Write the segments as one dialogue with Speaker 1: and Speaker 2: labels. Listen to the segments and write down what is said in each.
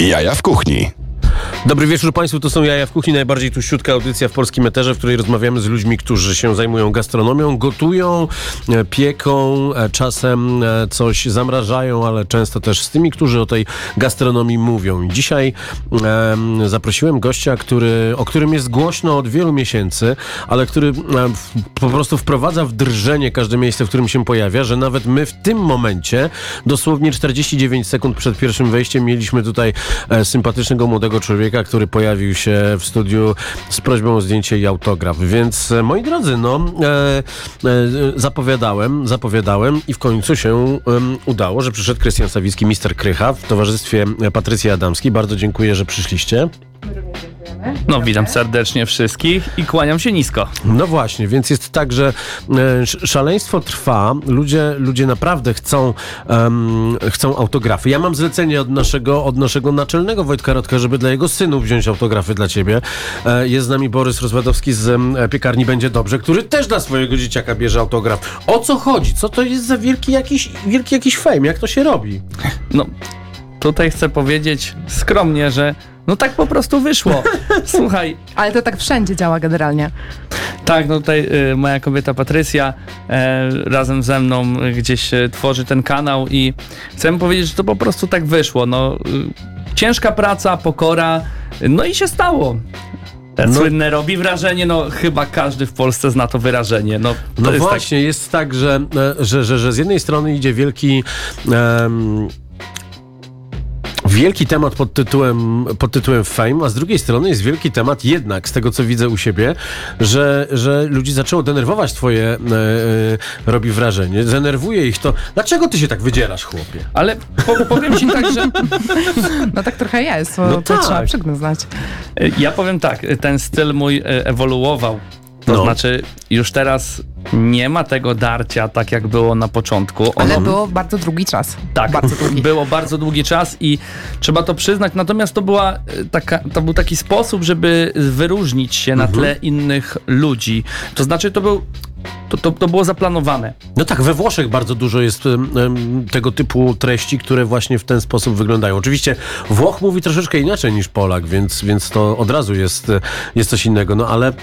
Speaker 1: Jaja w kuchni.
Speaker 2: Dobry wieczór Państwu, to są Jaja w kuchni, najbardziej tuściutka audycja w polskim eterze, w której rozmawiamy z ludźmi, którzy się zajmują gastronomią, gotują, pieką, czasem coś zamrażają, ale często też z tymi, którzy o tej gastronomii mówią. Dzisiaj zaprosiłem gościa, o którym jest głośno od wielu miesięcy, ale który po prostu wprowadza w drżenie każde miejsce, w którym się pojawia, że nawet my w tym momencie, dosłownie 49 sekund przed pierwszym wejściem, mieliśmy tutaj sympatycznego młodego człowieka, który pojawił się w studiu z prośbą o zdjęcie i autograf. Więc moi drodzy, zapowiadałem i w końcu się udało, że przyszedł Krystian Sawicki, mister Krycha w towarzystwie Patrycji Adamskiej. Bardzo dziękuję, że przyszliście.
Speaker 3: No, witam serdecznie wszystkich i kłaniam się nisko.
Speaker 2: No właśnie, więc jest tak, że szaleństwo trwa, ludzie naprawdę chcą autografy. Ja mam zlecenie od naszego naczelnego Wojtka Rodka, żeby dla jego synów wziąć autografy dla ciebie. Jest z nami Borys Rozwadowski z piekarni Będzie Dobrze, który też dla swojego dzieciaka bierze autograf. O co chodzi? Co to jest za wielki jakiś fame? Jak to się robi?
Speaker 3: No, tutaj chcę powiedzieć skromnie, że no tak po prostu wyszło. Słuchaj.
Speaker 4: Ale to tak wszędzie działa generalnie.
Speaker 3: Tak, no tutaj moja kobieta Patrycja razem ze mną gdzieś tworzy ten kanał i chcę powiedzieć, że to po prostu tak wyszło. No, ciężka praca, pokora, no i się stało. Słynne robi wrażenie, no chyba każdy w Polsce zna to wyrażenie. No
Speaker 2: jest właśnie, tak... jest tak, że z jednej strony idzie wielki temat pod tytułem fame, a z drugiej strony jest wielki temat jednak, z tego co widzę u siebie, że ludzi zaczęło denerwować twoje robi wrażenie. Denerwuje ich to. Dlaczego ty się tak wydzielasz, chłopie?
Speaker 3: Ale powiem ci tak, że...
Speaker 4: No tak trochę jest, to
Speaker 2: tak.
Speaker 4: Trzeba przyznać.
Speaker 3: Ja powiem tak, ten styl mój ewoluował. To znaczy, już teraz nie ma tego darcia, tak jak było na początku.
Speaker 4: Ale było bardzo długi czas.
Speaker 3: Tak,
Speaker 4: bardzo długi.
Speaker 3: Było bardzo długi czas i trzeba to przyznać. Natomiast to był taki sposób, żeby wyróżnić się na tle innych ludzi. To znaczy, to było zaplanowane.
Speaker 2: No tak, we Włoszech bardzo dużo jest tego typu treści, które właśnie w ten sposób wyglądają. Oczywiście Włoch mówi troszeczkę inaczej niż Polak, więc to od razu jest coś innego. No ale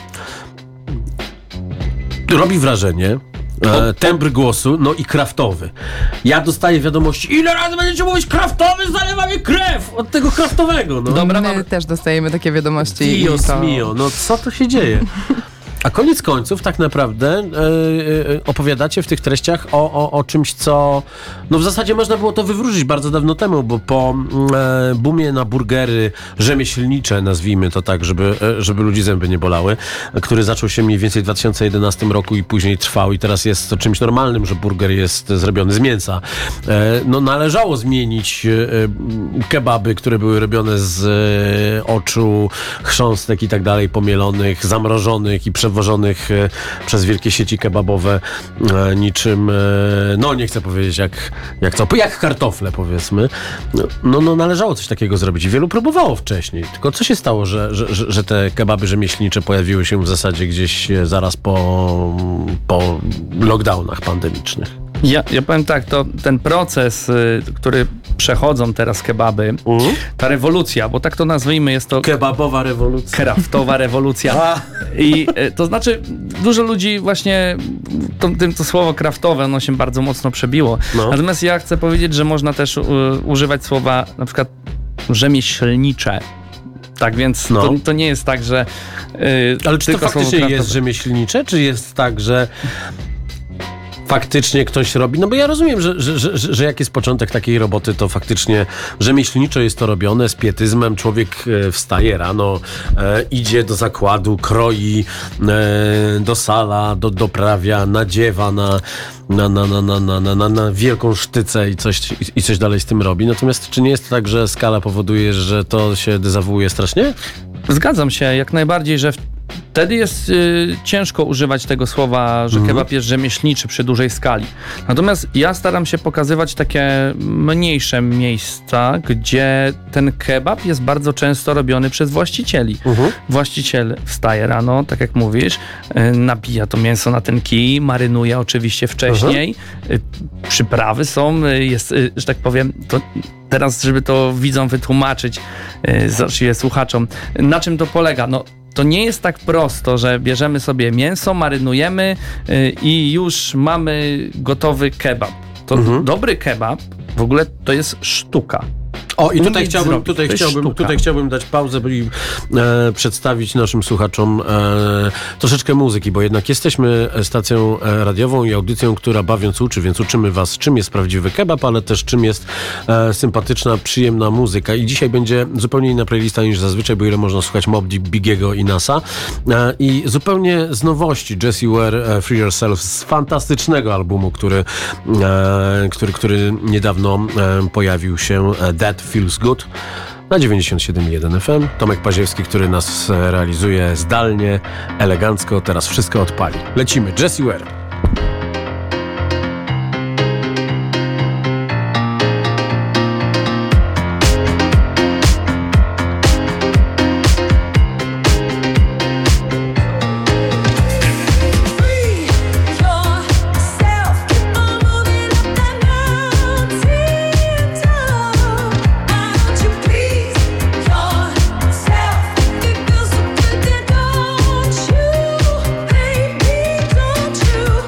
Speaker 2: robi wrażenie, tembr głosu, no i kraftowy. Ja dostaję wiadomości, ile razy będziecie mówić kraftowy, zalewa mnie krew od tego kraftowego. No.
Speaker 4: Dobra, my też dostajemy takie wiadomości.
Speaker 2: Dios mio, no co tu się dzieje? A koniec końców tak naprawdę opowiadacie w tych treściach o czymś, co no w zasadzie można było to wywrócić bardzo dawno temu, bo po boomie na burgery rzemieślnicze, nazwijmy to tak, żeby ludzi zęby nie bolały, który zaczął się mniej więcej w 2011 roku i później trwał i teraz jest to czymś normalnym, że burger jest zrobiony z mięsa. No należało zmienić kebaby, które były robione z oczu, chrząstek i tak dalej, pomielonych, zamrożonych i przewożonych przez wielkie sieci kebabowe niczym, no nie chcę powiedzieć jak kartofle, powiedzmy. No należało coś takiego zrobić. Wielu próbowało wcześniej. Tylko co się stało, że te kebaby rzemieślnicze pojawiły się w zasadzie gdzieś zaraz po lockdownach pandemicznych?
Speaker 3: Ja powiem tak, to ten proces, który przechodzą teraz kebaby, ta rewolucja, bo tak to nazwijmy, jest to...
Speaker 2: Kebabowa rewolucja.
Speaker 3: Kraftowa rewolucja. I to znaczy, dużo ludzi właśnie, to słowo kraftowe, ono się bardzo mocno przebiło. No. Natomiast ja chcę powiedzieć, że można też używać słowa na przykład rzemieślnicze. Tak, więc to nie jest tak, że...
Speaker 2: Ale czy to faktycznie jest rzemieślnicze, czy jest tak, że faktycznie ktoś robi, no bo ja rozumiem, że jak jest początek takiej roboty, to faktycznie rzemieślniczo jest to robione z pietyzmem, człowiek wstaje rano, idzie do zakładu, kroi, dosala, doprawia, nadziewa na wielką sztycę i coś dalej z tym robi. Natomiast czy nie jest tak, że skala powoduje, że to się dezawuuje strasznie?
Speaker 3: Zgadzam się jak najbardziej, że wtedy jest ciężko używać tego słowa, że kebab jest rzemieślniczy przy dużej skali. Natomiast ja staram się pokazywać takie mniejsze miejsca, gdzie ten kebab jest bardzo często robiony przez właścicieli. Właściciel wstaje rano, tak jak mówisz, nabija to mięso na ten kij, marynuje oczywiście wcześniej, przyprawy są, jest, że tak powiem, to teraz, żeby to widzom wytłumaczyć, właściwie słuchaczom, na czym to polega? No, to nie jest tak prosto, że bierzemy sobie mięso, marynujemy i już mamy gotowy kebab. To dobry kebab w ogóle to jest sztuka.
Speaker 2: O, i tutaj chciałbym dać pauzę i przedstawić naszym słuchaczom troszeczkę muzyki, bo jednak jesteśmy stacją radiową i audycją, która bawiąc uczy, więc uczymy was, czym jest prawdziwy kebab, ale też czym jest sympatyczna, przyjemna muzyka. I dzisiaj będzie zupełnie inna playlista niż zazwyczaj, bo ile można słuchać Mobb Deep, Bigiego i Nasa. I zupełnie z nowości Jessie Ware, Free Yourself, z fantastycznego albumu, który niedawno pojawił się, That Feels Good, na 97,1 FM. Tomek Paziewski, który nas realizuje zdalnie, elegancko, teraz wszystko odpali. Lecimy, Jessie Ware.
Speaker 1: Don't you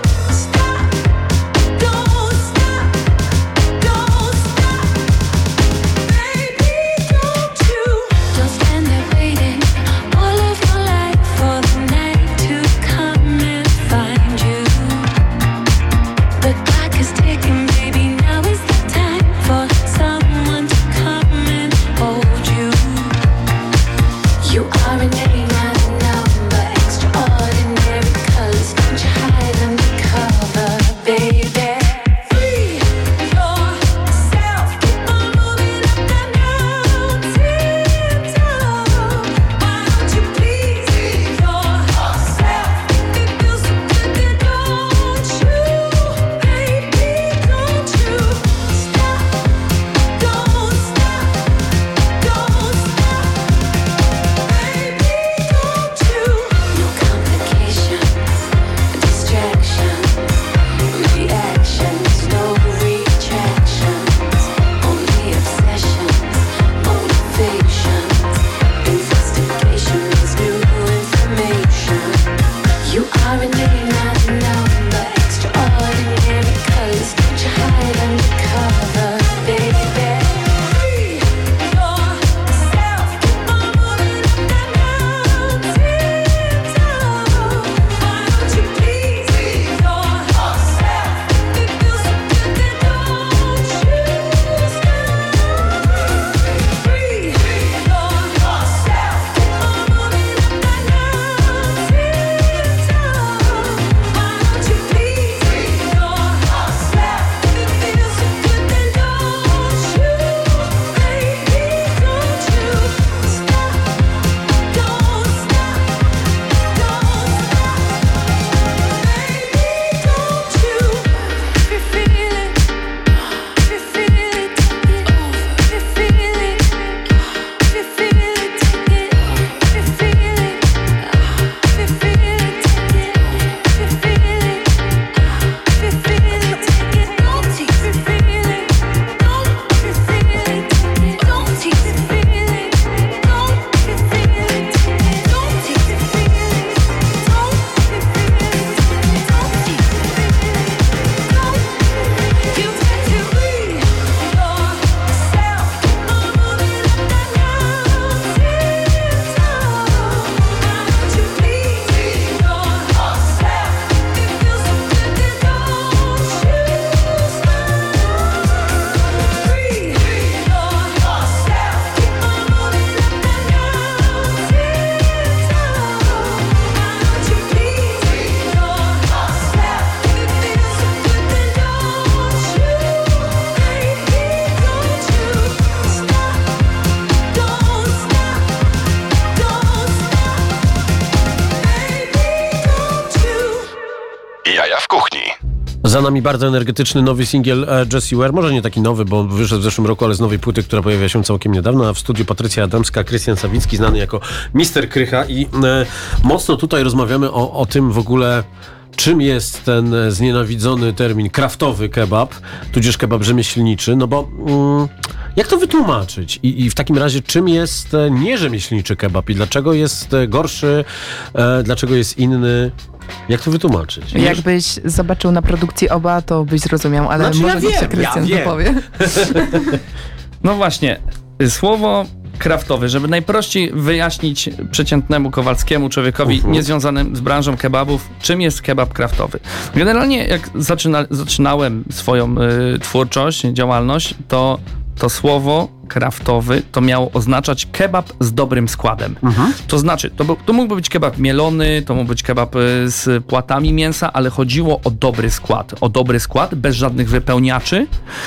Speaker 2: Za nami bardzo energetyczny nowy singiel Jessie Ware. Może nie taki nowy, bo wyszedł w zeszłym roku, ale z nowej płyty, która pojawia się całkiem niedawno. A w studiu Patrycja Adamska, Krystian Sawicki, znany jako Mister Krycha. I mocno tutaj rozmawiamy o tym w ogóle, czym jest ten znienawidzony termin kraftowy kebab, tudzież kebab rzemieślniczy. No bo jak to wytłumaczyć? I w takim razie czym jest nierzemieślniczy kebab i dlaczego jest gorszy, dlaczego jest inny? Jak to wytłumaczyć?
Speaker 4: Jakbyś zobaczył na produkcji oba, to byś zrozumiał, ale
Speaker 2: Znaczy,
Speaker 4: może
Speaker 2: ja
Speaker 4: to się
Speaker 2: wiem,
Speaker 4: Krystian
Speaker 2: ja wiem.
Speaker 4: dopowie.
Speaker 3: No właśnie, słowo kraftowy, żeby najprościej wyjaśnić przeciętnemu Kowalskiemu, człowiekowi niezwiązanym z branżą kebabów, czym jest kebab kraftowy. Generalnie jak zaczynałem swoją twórczość, działalność, to słowo kraftowy to miało oznaczać kebab z dobrym składem. To znaczy, to mógłby być kebab mielony, to mógł być kebab z płatami mięsa, ale chodziło o dobry skład. O dobry skład, bez żadnych wypełniaczy,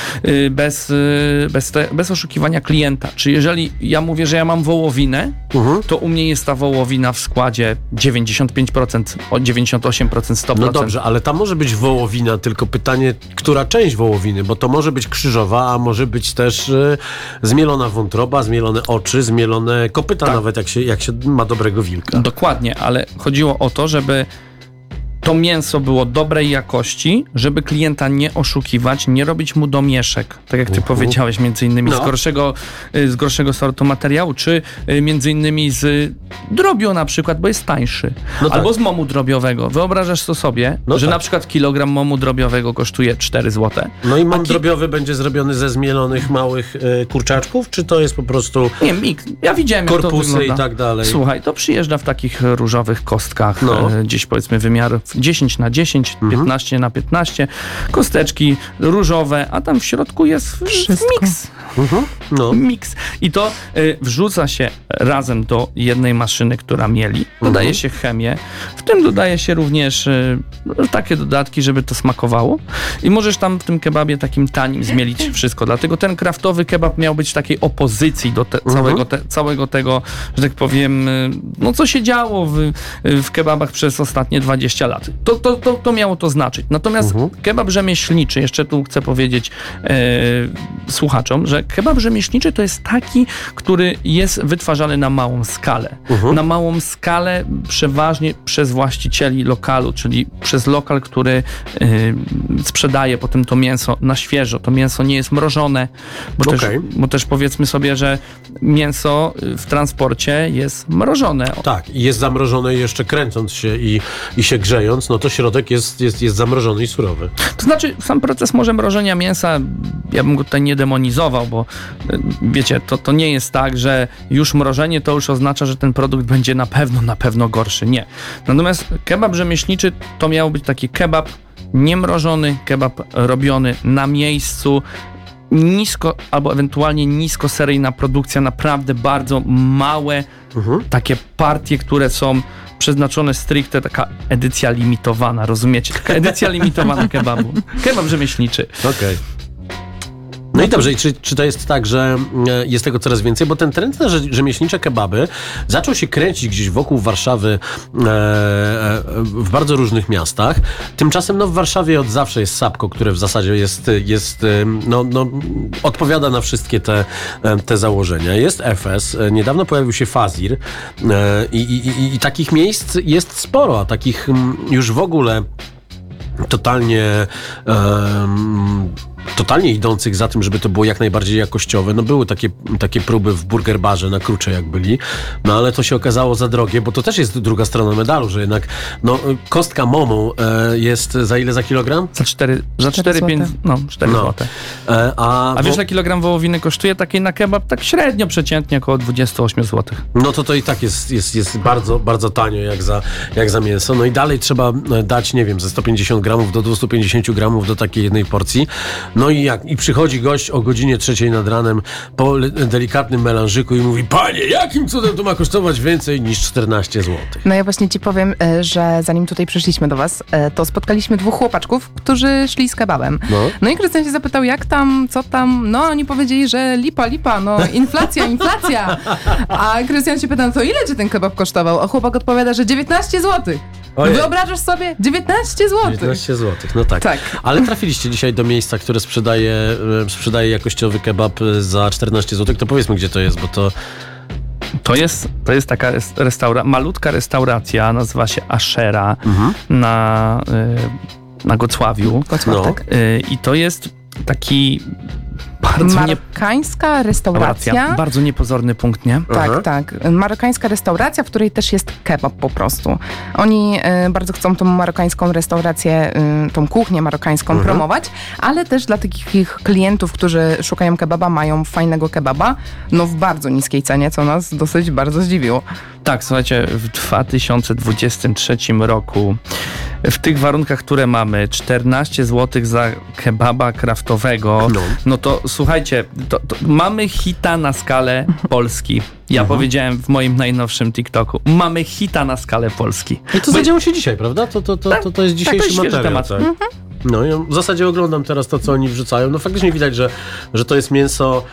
Speaker 3: bez oszukiwania klienta. Czy jeżeli ja mówię, że ja mam wołowinę, to u mnie jest ta wołowina w składzie 95%, 98%, 100%.
Speaker 2: No dobrze, ale tam może być wołowina, tylko pytanie, która część wołowiny, bo to może być krzyżowa, a może być też zmielona wątroba, zmielone oczy, zmielone kopyta,
Speaker 3: Tak.
Speaker 2: nawet jak się ma dobrego wilka.
Speaker 3: Dokładnie, ale chodziło o to, żeby to mięso było dobrej jakości, żeby klienta nie oszukiwać, nie robić mu domieszek, tak jak ty powiedziałeś, między innymi
Speaker 2: No.
Speaker 3: z gorszego sortu materiału, czy między innymi z drobiu na przykład, bo jest tańszy,
Speaker 2: No tak.
Speaker 3: albo z momu drobiowego. Wyobrażasz to sobie,
Speaker 2: No
Speaker 3: że
Speaker 2: tak.
Speaker 3: na przykład kilogram momu drobiowego kosztuje 4 zł.
Speaker 2: No i mam drobiowy będzie zrobiony ze zmielonych małych kurczaczków, czy to jest po prostu
Speaker 3: Nie, mix. Ja widziałem, jak to
Speaker 2: korpusy
Speaker 3: wygląda.
Speaker 2: i tak dalej?
Speaker 3: Słuchaj, to przyjeżdża w takich różowych kostkach,
Speaker 2: No.
Speaker 3: gdzieś powiedzmy wymiarów 10x10, 15x15, kosteczki różowe, a tam w środku jest
Speaker 4: Wszystko.
Speaker 3: miks.
Speaker 2: No.
Speaker 3: Miks. I to wrzuca się razem do jednej maszyny, która mieli. Dodaje się chemię. W tym dodaje się również takie dodatki, żeby to smakowało. I możesz tam w tym kebabie takim tanim zmielić wszystko. Dlatego ten kraftowy kebab miał być w takiej opozycji do całego tego, że tak powiem, no co się działo w kebabach przez ostatnie 20 lat. To miało to znaczyć. Natomiast kebab rzemieślniczy, jeszcze tu chcę powiedzieć słuchaczom, że kebab rzemieślniczy to jest taki, który jest wytwarzany na małą skalę. Na małą skalę przeważnie przez właścicieli lokalu, czyli przez lokal, który sprzedaje potem to mięso na świeżo. To mięso nie jest mrożone, bo też powiedzmy sobie, że mięso w transporcie jest mrożone.
Speaker 2: Tak, i jest zamrożone jeszcze kręcąc się i się grzejąc, no to środek jest zamrożony i surowy.
Speaker 3: To znaczy, sam proces może mrożenia mięsa, ja bym go tutaj nie demonizował, bo wiecie, to nie jest tak, że już mrożenie to już oznacza, że ten produkt będzie na pewno gorszy. Nie. Natomiast kebab rzemieślniczy to miał być taki kebab niemrożony, kebab robiony na miejscu, nisko albo ewentualnie niskoseryjna produkcja, naprawdę bardzo małe takie partie, które są przeznaczone stricte, taka edycja limitowana, rozumiecie? Taka edycja limitowana kebabu. Kebab rzemieślniczy.
Speaker 2: Okej. No i dobrze, i czy to jest tak, że jest tego coraz więcej? Bo ten trend na rzemieślnicze kebaby zaczął się kręcić gdzieś wokół Warszawy w bardzo różnych miastach. Tymczasem w Warszawie od zawsze jest Sapko, które w zasadzie odpowiada na wszystkie te założenia. Jest Efes, niedawno pojawił się Fazir i takich miejsc jest sporo, a takich już w ogóle totalnie idących za tym, żeby to było jak najbardziej jakościowe. No były takie próby w Burger Barze na Krucze jak byli, no ale to się okazało za drogie, bo to też jest druga strona medalu, że jednak kostka momu jest za ile za kilogram?
Speaker 3: Za 4-5, 4 zł. A wiesz, ile kilogram wołowiny kosztuje? Takiej na kebab tak średnio, przeciętnie około 28 zł.
Speaker 2: No to i tak jest bardzo, bardzo tanio jak za mięso. No i dalej trzeba dać, nie wiem, ze 150 gramów do 250 gramów do takiej jednej porcji. No i przychodzi gość o godzinie 3 nad ranem po delikatnym melanżyku i mówi: panie, jakim cudem to ma kosztować więcej niż 14 zł?
Speaker 4: No ja właśnie ci powiem, że zanim tutaj przyszliśmy do was, to spotkaliśmy 2 chłopaczków, którzy szli z kebabem. No i Krystian się zapytał, jak tam, co tam, no oni powiedzieli, że lipa, no inflacja. A Krystian się pyta, to ile ci ten kebab kosztował? A chłopak odpowiada, że 19 zł.
Speaker 2: Ojej.
Speaker 4: Wyobrażasz sobie? 19 zł.
Speaker 2: 19 zł, no tak. Ale trafiliście dzisiaj do miejsca, które sprzedaje jakościowy kebab za 14 zł. To powiedzmy, gdzie to jest, bo to...
Speaker 3: To jest taka malutka restauracja, nazywa się Ashera na Gocławiu.
Speaker 4: Tak.
Speaker 3: I to jest taki bardzo
Speaker 4: marokańska restauracja.
Speaker 3: Bardzo niepozorny punkt, nie?
Speaker 4: Tak. Marokańska restauracja, w której też jest kebab po prostu. Oni bardzo chcą tą marokańską restaurację, tą kuchnię marokańską promować, ale też dla takich klientów, którzy szukają kebaba, mają fajnego kebaba, no w bardzo niskiej cenie, co nas dosyć bardzo zdziwiło.
Speaker 3: Tak, słuchajcie, w 2023 roku w tych warunkach, które mamy, 14 zł za kebaba kraftowego, no to słuchajcie, to mamy hita na skalę Polski. Ja powiedziałem w moim najnowszym TikToku, mamy hita na skalę Polski.
Speaker 2: I to zadziało się dzisiaj, prawda? To jest dzisiejszy materiał.
Speaker 3: Temat.
Speaker 2: Tak. No, ja w zasadzie oglądam teraz to, co oni wrzucają. No faktycznie widać, że to jest mięso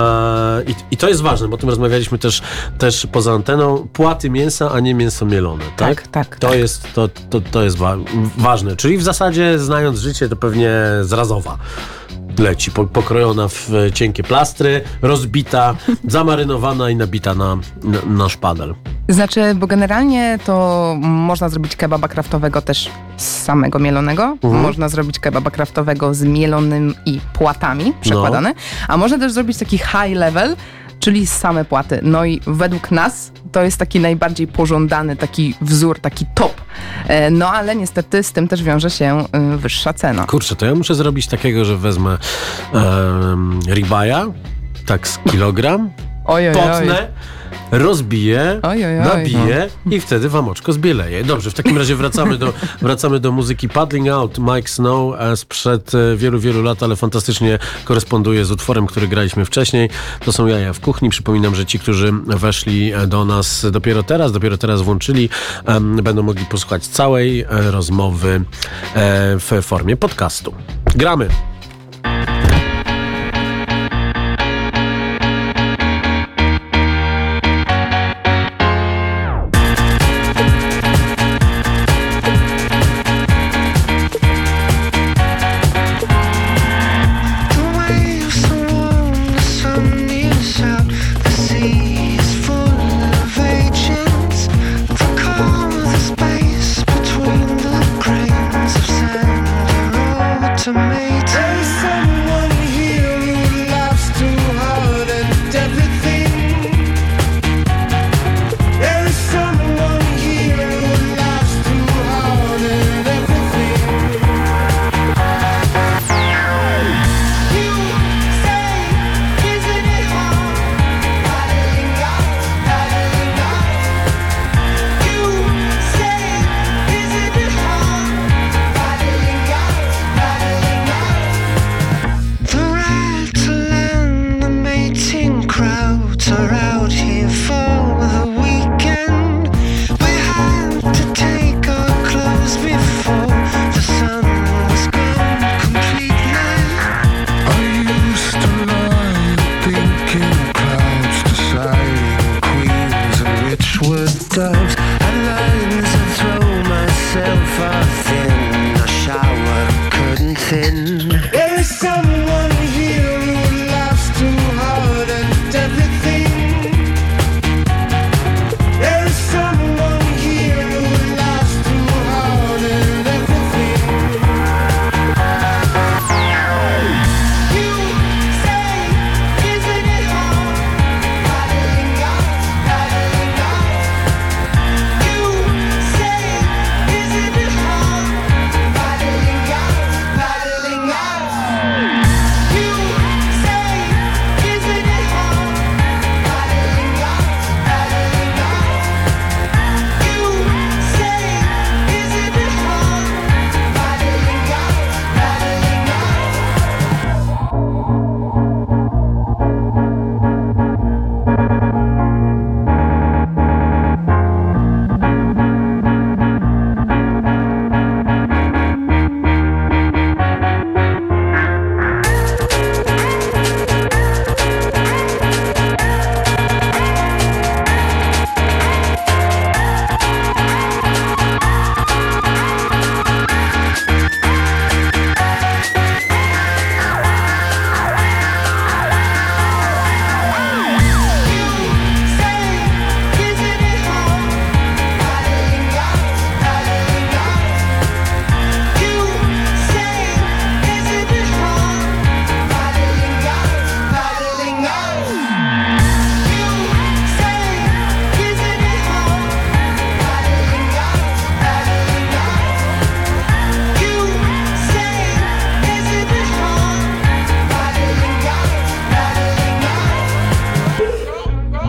Speaker 2: i to jest ważne, bo o tym rozmawialiśmy też poza anteną. Płaty mięsa, a nie mięso mielone, tak?
Speaker 4: Tak.
Speaker 2: To jest ważne. Czyli w zasadzie, znając życie, to pewnie z Razowa leci, pokrojona w cienkie plastry, rozbita, zamarynowana i nabita na szpadel.
Speaker 4: Znaczy, bo generalnie to można zrobić kebaba kraftowego też z samego mielonego, można zrobić kebaba kraftowego z mielonym i płatami przekładane, a można też zrobić taki high level, czyli same płaty. No i według nas to jest taki najbardziej pożądany, taki wzór, taki top. No ale niestety z tym też wiąże się wyższa cena.
Speaker 2: Kurczę, to ja muszę zrobić takiego, że wezmę ribaja, tak z kilogram, potnę, rozbiję, nabiję i wtedy wam oczko zbieleje. Dobrze, w takim razie wracamy do muzyki. Paddling Out, Mike Snow sprzed wielu, wielu lat, ale fantastycznie koresponduje z utworem, który graliśmy wcześniej. To są Jaja w kuchni. Przypominam, że ci, którzy weszli do nas dopiero teraz włączyli, będą mogli posłuchać całej rozmowy w formie podcastu. Gramy!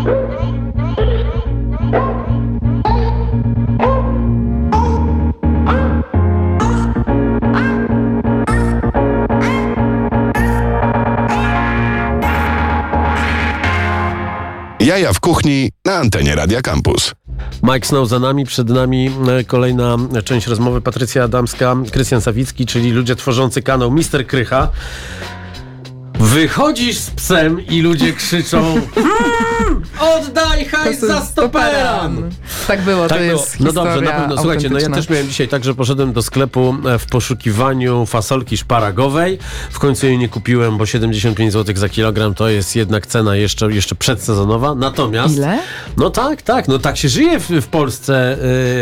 Speaker 1: Jaja w kuchni na antenie Radia Campus.
Speaker 2: Mike Snow za nami, przed nami kolejna część rozmowy. Patrycja Adamska, Krystian Sawicki, czyli ludzie tworzący kanał Mister Krycha. Wychodzisz z psem i ludzie krzyczą oddaj hajs za stoperan!
Speaker 4: Tak było,
Speaker 2: Tak
Speaker 4: to
Speaker 2: było.
Speaker 4: jest
Speaker 2: No
Speaker 4: historia
Speaker 2: dobrze, na pewno. Słuchajcie, no ja też miałem dzisiaj tak, że poszedłem do sklepu w poszukiwaniu fasolki szparagowej. W końcu jej nie kupiłem, bo 75 zł za kilogram to jest jednak cena jeszcze przedsezonowa. Natomiast...
Speaker 4: Ile?
Speaker 2: No tak. No tak się żyje w Polsce.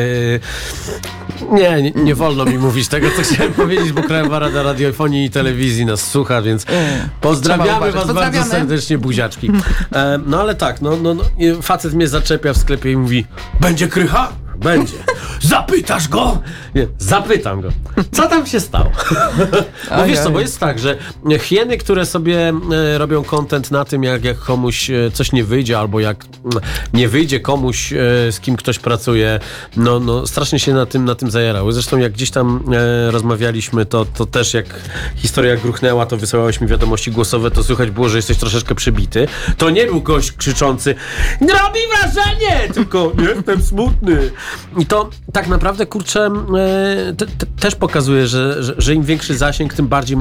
Speaker 2: Nie wolno mi mówić tego, co chciałem powiedzieć, bo Krajowa Rada Radiofonii i Telewizji nas słucha, więc pozdrawiamy was bardzo serdecznie, buziaczki. No ale tak, no, facet mnie zaczepia w sklepie i mówi: będzie krycha? Będzie. Zapytasz go? Nie, zapytam go. Co tam się stało? Bo wiesz co, bo jest tak, że hieny, które sobie robią content na tym, jak komuś coś nie wyjdzie, albo jak nie wyjdzie komuś, z kim ktoś pracuje, no strasznie się na tym zajarały. Zresztą jak gdzieś tam rozmawialiśmy, to też jak historia gruchnęła, to wysyłałeś mi wiadomości głosowe, to słychać było, że jesteś troszeczkę przybity. To nie był gość krzyczący: robi wrażenie! Tylko jestem smutny. I to tak naprawdę, kurczę, też pokazuje, że im większy zasięg, tym bardziej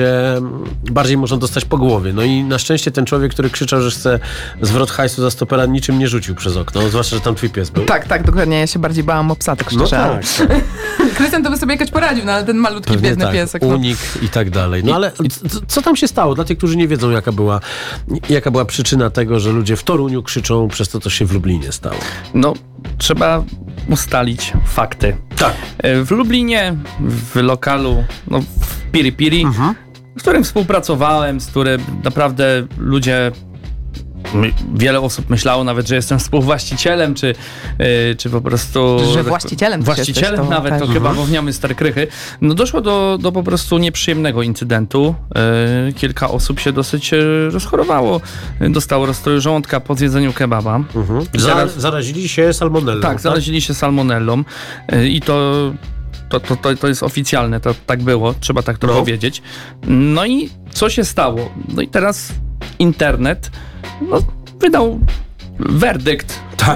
Speaker 2: można dostać po głowie. No i na szczęście ten człowiek, który krzyczał, że chce zwrot hajsu za stopera, niczym nie rzucił przez okno, zwłaszcza, że tam twój pies był.
Speaker 4: Tak, dokładnie. Ja się bardziej bałam o psa, tak szczerze.
Speaker 2: No tak.
Speaker 4: Krystian to by sobie jakoś poradził, no ale ten malutki,
Speaker 2: pewnie
Speaker 4: biedny
Speaker 2: tak,
Speaker 4: piesek.
Speaker 2: unik i tak dalej. No ale co tam się stało? Dla tych, którzy nie wiedzą, jaka była przyczyna tego, że ludzie w Toruniu krzyczą przez to, co się w Lublinie stało.
Speaker 3: No, trzeba ustalić fakty.
Speaker 2: Tak.
Speaker 3: W Lublinie, w lokalu, w Piri Piri, z którym współpracowałem, z którym naprawdę ludzie, wiele osób myślało nawet, że jestem współwłaścicielem, czy po prostu...
Speaker 4: Że właścicielem
Speaker 3: Właścicielem nawet, to chyba wowniamy Mister Krychy. No doszło do po prostu nieprzyjemnego incydentu. Kilka osób się dosyć rozchorowało. Dostało rozstroju żołądka po zjedzeniu kebaba.
Speaker 2: Zarazili się salmonellą.
Speaker 3: Tak, zarazili się salmonellą. I to jest oficjalne, to tak było, trzeba tak to powiedzieć. No i co się stało? No i teraz internet wydał werdykt.
Speaker 2: Tak.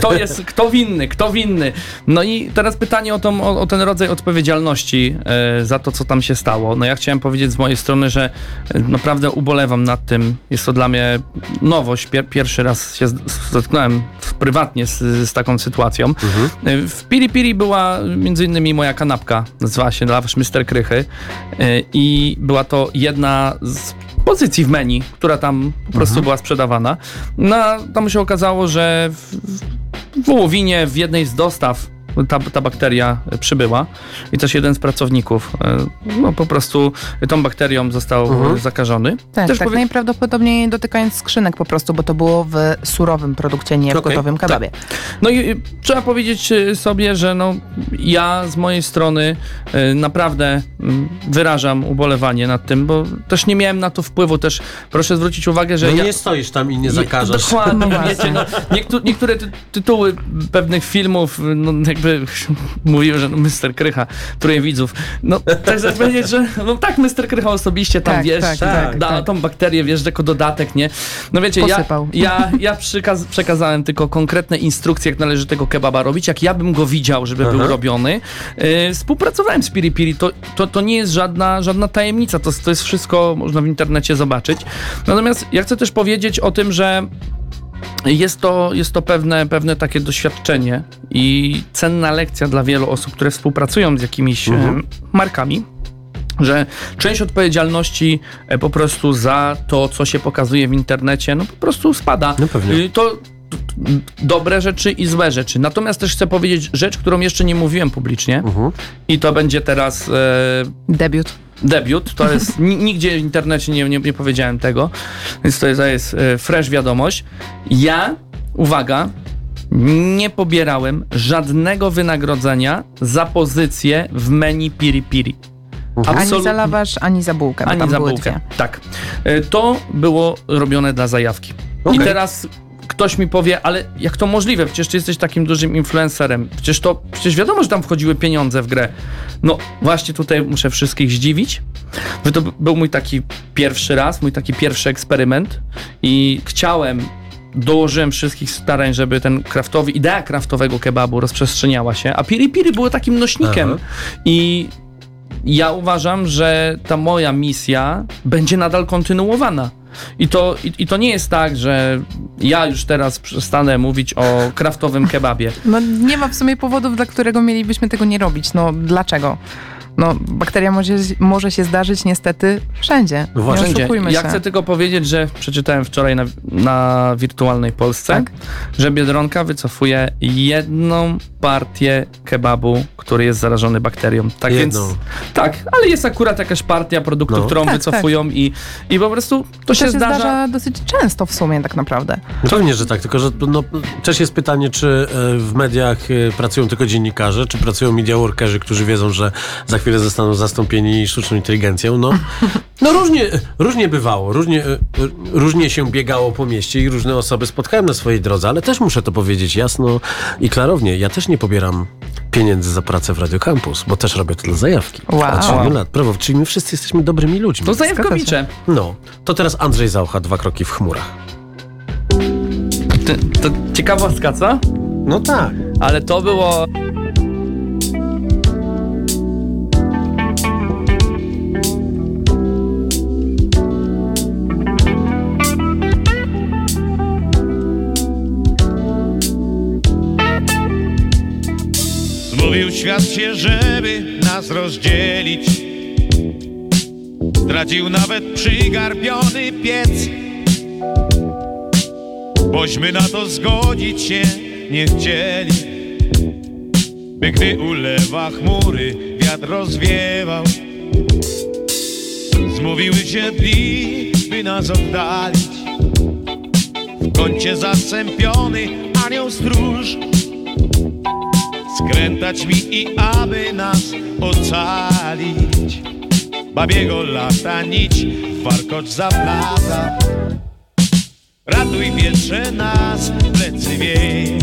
Speaker 3: Kto winny. No i teraz pytanie o ten rodzaj odpowiedzialności za to, co tam się stało. No ja chciałem powiedzieć z mojej strony, że naprawdę ubolewam nad tym. Jest to dla mnie nowość. Pierwszy raz się zetknąłem prywatnie z taką sytuacją. W Piri Piri była między innymi moja kanapka, nazywała się Lawasz Mister Krychy i była to jedna z pozycji w menu, która tam po prostu była sprzedawana. No, tam się okazało, że w wołowinie, w jednej z dostaw ta bakteria przybyła i też jeden z pracowników po prostu tą bakterią został zakażony.
Speaker 4: Tak, najprawdopodobniej dotykając skrzynek po prostu, bo to było w surowym produkcie, nie w gotowym kebabie.
Speaker 3: Tak. No i trzeba powiedzieć sobie, że ja z mojej strony naprawdę wyrażam ubolewanie nad tym, bo też nie miałem na to wpływu. Też proszę zwrócić uwagę, że
Speaker 2: nie stoisz tam i nie zakażasz.
Speaker 3: Dokładnie, wiecie, niektóre tytuły pewnych filmów jakby mówił, że Mister Krycha, truje widzów. Tak chcę powiedzieć, że tak, Mister Krycha osobiście tam da tą bakterię, wiesz, jako dodatek, nie? No wiecie, ja przekazałem tylko konkretne instrukcje, jak należy tego kebaba robić, jak ja bym go widział, żeby był robiony. Współpracowałem z Piri Piri, to nie jest żadna tajemnica, to jest wszystko, można w internecie zobaczyć. Natomiast ja chcę też powiedzieć o tym, że jest to pewne takie doświadczenie i cenna lekcja dla wielu osób, które współpracują z jakimiś markami, że część odpowiedzialności po prostu za to, co się pokazuje w internecie, po prostu spada.
Speaker 2: No pewnie.
Speaker 3: To dobre rzeczy i złe rzeczy. Natomiast też chcę powiedzieć rzecz, którą jeszcze nie mówiłem publicznie i to będzie teraz... Debiut, to jest, nigdzie w internecie nie powiedziałem tego, więc to jest fresh wiadomość. Ja, uwaga, nie pobierałem żadnego wynagrodzenia za pozycję w menu Piri Piri.
Speaker 4: Ani za lawasz, ani za bułkę. Tak.
Speaker 3: To było robione dla zajawki. I teraz ktoś mi powie, ale jak to możliwe? Przecież ty jesteś takim dużym influencerem. Przecież wiadomo, że tam wchodziły pieniądze w grę. No właśnie tutaj muszę wszystkich zdziwić. To był mój taki pierwszy raz, mój taki pierwszy eksperyment i dołożyłem wszystkich starań, żeby idea kraftowego kebabu rozprzestrzeniała się, a Piri Piri było takim nośnikiem. Aha. I ja uważam, że ta moja misja będzie nadal kontynuowana. I to nie jest tak, że ja już teraz przestanę mówić o kraftowym kebabie.
Speaker 4: No nie ma w sumie powodów, dla którego mielibyśmy tego nie robić. No dlaczego? No, bakteria może się zdarzyć niestety wszędzie.
Speaker 2: No
Speaker 4: nie oszukujmy się.
Speaker 3: Ja chcę tylko powiedzieć, że przeczytałem wczoraj na Wirtualnej Polsce, tak? Że Biedronka wycofuje jedną partię kebabu, który jest zarażony bakterią. Tak
Speaker 2: jedną.
Speaker 3: Więc, tak, ale jest akurat jakaś partia produktu, którą wycofują i po prostu to się zdarza
Speaker 4: dosyć często w sumie tak naprawdę.
Speaker 2: Pewnie, że tak, tylko że też jest pytanie, czy w mediach pracują tylko dziennikarze, czy pracują media workerzy, którzy wiedzą, że za chwilę zostaną zastąpieni sztuczną inteligencją. No różnie bywało, różnie się biegało po mieście i różne osoby spotkałem na swojej drodze, ale też muszę to powiedzieć jasno i klarownie. Ja też nie pobieram pieniędzy za pracę w Radio Campus, bo też robię to dla zajawki.
Speaker 4: Wow.
Speaker 2: Od 7 lat. Brawo, czyli my wszyscy jesteśmy dobrymi ludźmi.
Speaker 3: To zajawkowicze.
Speaker 2: No, to teraz Andrzej Zaucha, 2 kroki w chmurach.
Speaker 3: To ciekawostka, co?
Speaker 2: No tak.
Speaker 3: Ale to było...
Speaker 5: Zmówił świat się, żeby nas rozdzielić. Zdradził nawet przygarbiony piec. Bośmy na to zgodzić się nie chcieli, by gdy ulewa chmury wiatr rozwiewał. Zmówiły się dni, by nas oddalić. W kącie zasępiony anioł stróż skrętać mi i aby nas ocalić. Babiego lata nić warkocz zaplata. Ratuj wietrze nas, plecy wieje.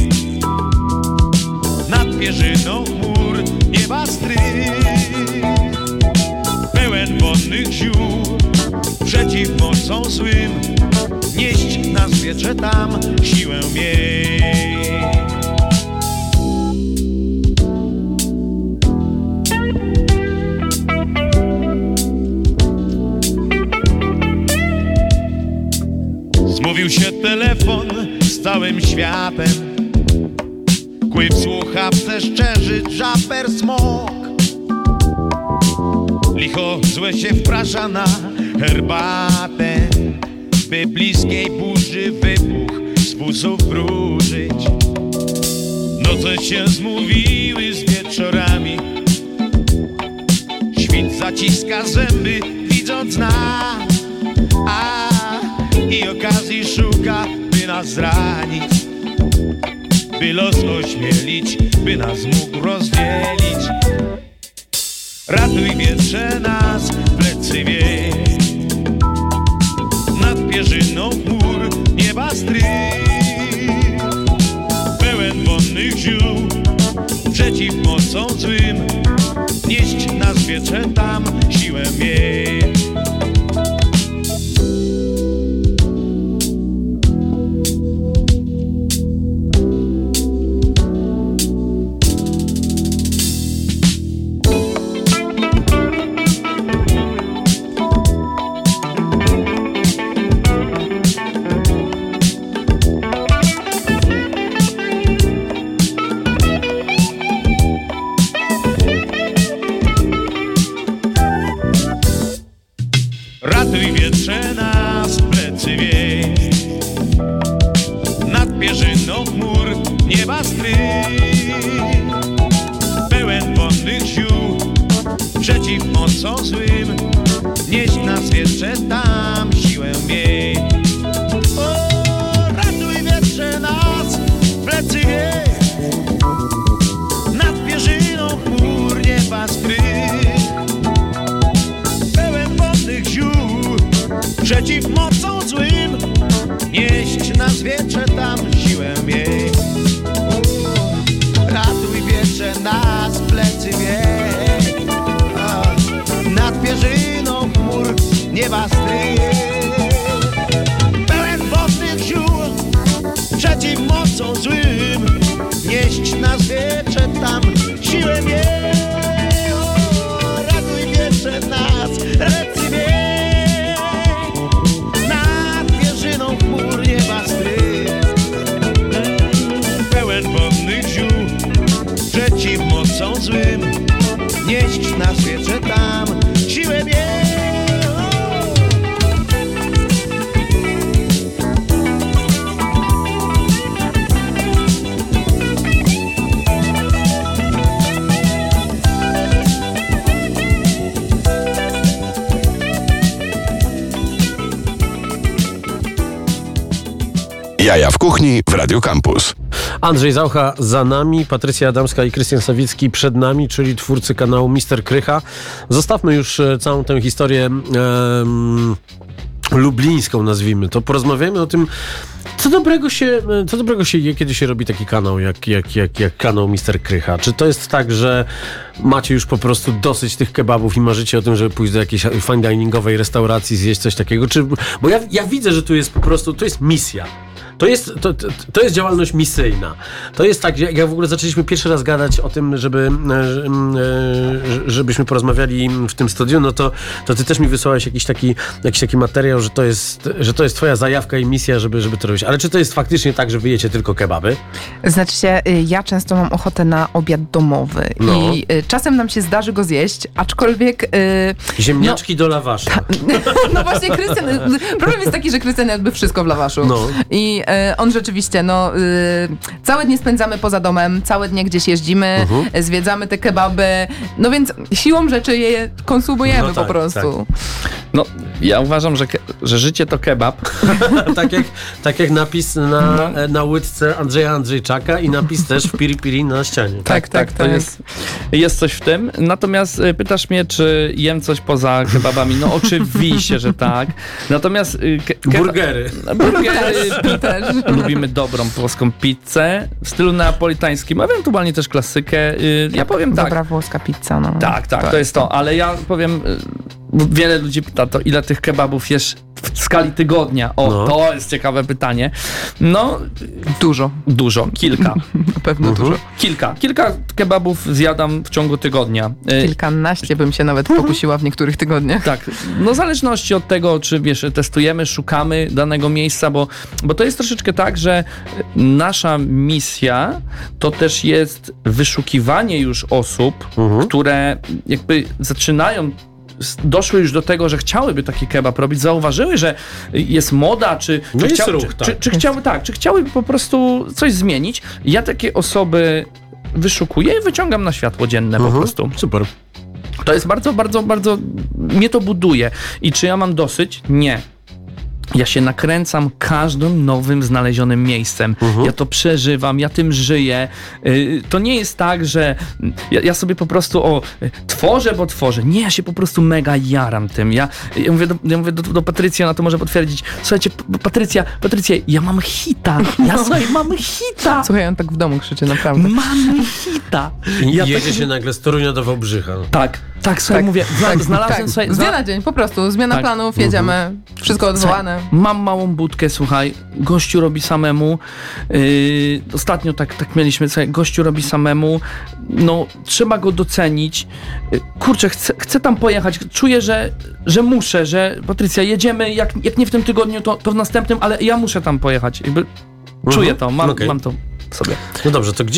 Speaker 5: Nad pierzyną chmur nieba strych, pełen wonnych ziół, przeciw mocom złym. Nieść nas wietrze tam, siłę miej. Zmówił się telefon z całym światem. Kły w słuchawce szczerzy żaper smok. Licho złe się wprasza na herbatę, by bliskiej burzy wybuch z fusów wróżyć. Noce się zmówiły z wieczorami. Świt zaciska zęby, widząc nas, i okazji szuka, by nas zranić, by los ośmielić, by nas mógł rozdzielić. Ratuj wietrze nas, plecy wieje. Nad pierzyną chmur nieba strych, pełen wonnych ziół, przeciw mocom złym. Nieść nas wietrze tam, siłę miej. Ratuj wietrze nas, plecy wieje. Nad pierzyną chmur nieba strych, pełen wonnych ziół, przeciw mocom złym. Nieść nas wietrze tam, siłę miej. O, ratuj wietrze nas, plecy wieje. Nad pierzyną chmur nieba strych, przeciw mocom złym. Nieść nas zwietrze tam siłę miej. Ratuj wietrze nas, plecy miej. Nad pierzyną chmur nieba stryje. Pełen wodnych ziół, przeciw mocą złym, nieść nas wietrze tam siłę miej. Ratuj wietrze nas, plecy miej. Nad pierzyną chmur nieba stryje. Pełen wodnych ziół, przeciw mocą złym, nieść nas wietrze tam siłę miej.
Speaker 1: Jaja w kuchni w Radio Campus.
Speaker 2: Andrzej Zaucha za nami, Patrycja Adamska i Krystian Sawicki przed nami, czyli twórcy kanału Mister Krycha. Zostawmy już całą tę historię lublińską, nazwijmy to. Porozmawiajmy o tym, co dobrego się je, kiedy się robi taki kanał, jak kanał Mister Krycha. Czy to jest tak, że macie już po prostu dosyć tych kebabów i marzycie o tym, żeby pójść do jakiejś fine diningowej restauracji, zjeść coś takiego? Bo ja widzę, że tu jest po prostu, to jest misja. To jest działalność misyjna. To jest tak, jak w ogóle zaczęliśmy pierwszy raz gadać o tym, żebyśmy porozmawiali w tym studiu, no to ty też mi wysłałeś jakiś taki materiał, że to jest twoja zajawka i misja, żeby to robić. Ale czy to jest faktycznie tak, że wy jecie tylko kebaby?
Speaker 4: Znaczy się, ja często mam ochotę na obiad domowy i czasem nam się zdarzy go zjeść, aczkolwiek...
Speaker 2: Ziemniaczki do lawasza.
Speaker 4: No właśnie, Krystian... Problem jest taki, że Krystian jadłby wszystko w lawaszu.
Speaker 2: No.
Speaker 4: I on rzeczywiście, całe dnie spędzamy poza domem, całe dnie gdzieś jeździmy, zwiedzamy te kebaby, no więc siłą rzeczy je konsumujemy po prostu.
Speaker 3: Tak. No, ja uważam, że życie to kebab.
Speaker 2: tak jak napis na łydce Andrzeja Andrzejczaka i napis też w Piri Piri na ścianie.
Speaker 3: Tak, to jest coś w tym. Natomiast pytasz mnie, czy jem coś poza kebabami. No oczywiście, że tak. Natomiast...
Speaker 2: Burgery.
Speaker 3: Też. Lubimy dobrą polską pizzę w stylu neapolitańskim, ewentualnie też klasykę. Ja powiem tak.
Speaker 4: Dobra włoska pizza, no.
Speaker 3: Tak, to jest to. Ale ja powiem... Wiele ludzi pyta, to ile tych kebabów jesz w skali tygodnia? To jest ciekawe pytanie. No, dużo, kilka.
Speaker 4: Na pewno dużo.
Speaker 3: Kilka kebabów zjadam w ciągu tygodnia.
Speaker 4: Kilkanaście bym się nawet pokusiła w niektórych tygodniach.
Speaker 3: Tak, no w zależności od tego, czy testujemy, szukamy danego miejsca, bo to jest troszeczkę tak, że nasza misja to też jest wyszukiwanie już osób, które jakby doszły już do tego, że chciałyby taki kebab robić, zauważyły, że jest moda, czy chciałyby po prostu coś zmienić. Ja takie osoby wyszukuję i wyciągam na światło dzienne po prostu.
Speaker 2: Super.
Speaker 3: To jest bardzo, bardzo, bardzo... Mnie to buduje. I czy ja mam dosyć? Nie. Ja się nakręcam każdym nowym znalezionym miejscem. Ja to przeżywam, ja tym żyję. To nie jest tak, że ja sobie po prostu tworzę, bo tworzę. Nie, ja się po prostu mega jaram tym. Ja mówię do Patrycji, ona to może potwierdzić. Słuchajcie, Patrycja, ja mam hita. Mam hita.
Speaker 4: Słuchaj, on tak w domu krzyczy, naprawdę.
Speaker 3: Mamy hita.
Speaker 2: Jedzie się nagle z Torunia do Wałbrzycha.
Speaker 3: Tak, słuchaj, mówię, znalazłem sobie...
Speaker 4: Z dnia na dzień, po prostu, zmiana planów, jedziemy, wszystko odwołane.
Speaker 3: Mam małą budkę, słuchaj, gościu robi samemu, ostatnio tak mieliśmy, słuchaj, gościu robi samemu, no, trzeba go docenić, kurczę, chcę tam pojechać, czuję, że muszę, że Patrycja, jedziemy, jak nie w tym tygodniu, to w następnym, ale ja muszę tam pojechać, jakby czuję to, mam to w sobie.
Speaker 2: No dobrze, to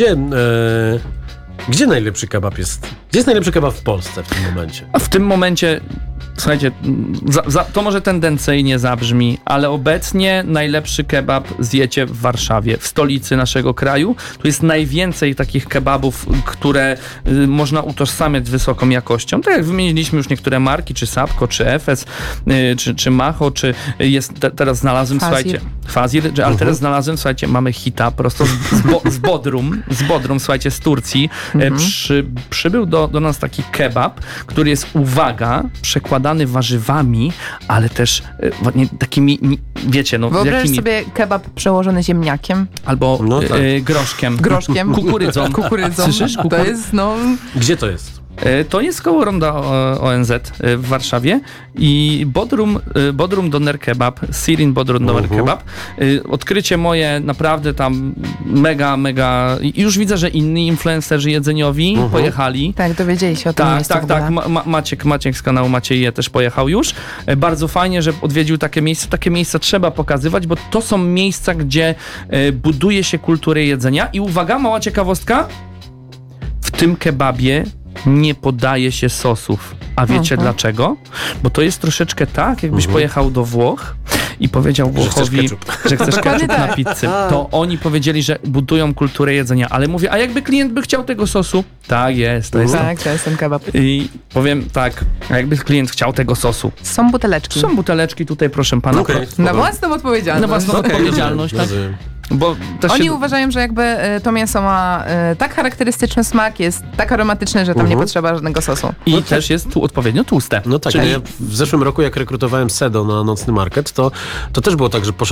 Speaker 2: gdzie najlepszy kebab jest? Gdzie jest najlepszy kebab w Polsce w tym momencie?
Speaker 3: A w tym momencie, słuchajcie, to może tendencyjnie zabrzmi, ale obecnie najlepszy kebab zjecie w Warszawie, w stolicy naszego kraju. Tu jest najwięcej takich kebabów, które można utożsamiać z wysoką jakością. Tak jak wymieniliśmy już niektóre marki, czy Sapko, czy Efes, czy Macho, czy jest, teraz znalazłem, słuchajcie, Fazir, ale teraz znalazłem, słuchajcie, mamy hita prosto z Bodrum, słuchajcie, z Turcji. Przybył do nas taki kebab, który jest, uwaga, przekładany poskładany warzywami, ale też takimi, wiecie, no
Speaker 4: Wyobraź
Speaker 3: jakimi...
Speaker 4: sobie kebab przełożony ziemniakiem,
Speaker 3: Albo
Speaker 2: No tak.
Speaker 3: groszkiem.
Speaker 4: kukurydzą.
Speaker 3: Słyszysz?
Speaker 4: To jest, no...
Speaker 2: Gdzie to jest?
Speaker 3: To jest koło ronda ONZ w Warszawie i Bodrum Doner Kebab, Sirin Bodrum Doner Kebab. Odkrycie moje naprawdę tam mega i już widzę, że inni influencerzy jedzeniowi pojechali.
Speaker 4: Tak, dowiedzieli się o tym miejscu w ogóle.
Speaker 3: Tak. Maciek z kanału Macieje też pojechał już. Bardzo fajnie, że odwiedził takie miejsce. Takie miejsca trzeba pokazywać, bo to są miejsca, gdzie buduje się kulturę jedzenia. I uwaga, mała ciekawostka. W tym kebabie nie podaje się sosów. A wiecie dlaczego? Bo to jest troszeczkę tak, jakbyś pojechał do Włoch i powiedział Włochowi, że chcesz ketchup na pizzy. To oni powiedzieli, że budują kulturę jedzenia. Ale mówię, a jakby klient by chciał tego sosu? Tak jest, to jest
Speaker 4: Tak, to jest ten kebab.
Speaker 3: I powiem tak, a jakby klient chciał tego sosu.
Speaker 4: Są buteleczki.
Speaker 3: Są buteleczki tutaj, proszę pana.
Speaker 2: Okej.
Speaker 4: Na własną odpowiedzialność.
Speaker 3: Na własną odpowiedzialność, tak?
Speaker 2: Rozumiem.
Speaker 3: Bo też
Speaker 4: Oni
Speaker 3: się...
Speaker 4: uważają, że jakby to mięso ma tak charakterystyczny smak, jest tak aromatyczne, że tam nie potrzeba żadnego sosu.
Speaker 3: I też jest tu odpowiednio tłuste.
Speaker 2: No tak,
Speaker 3: Czyli...
Speaker 2: ja w zeszłym roku jak rekrutowałem Sedo na nocny market, to też było tak, że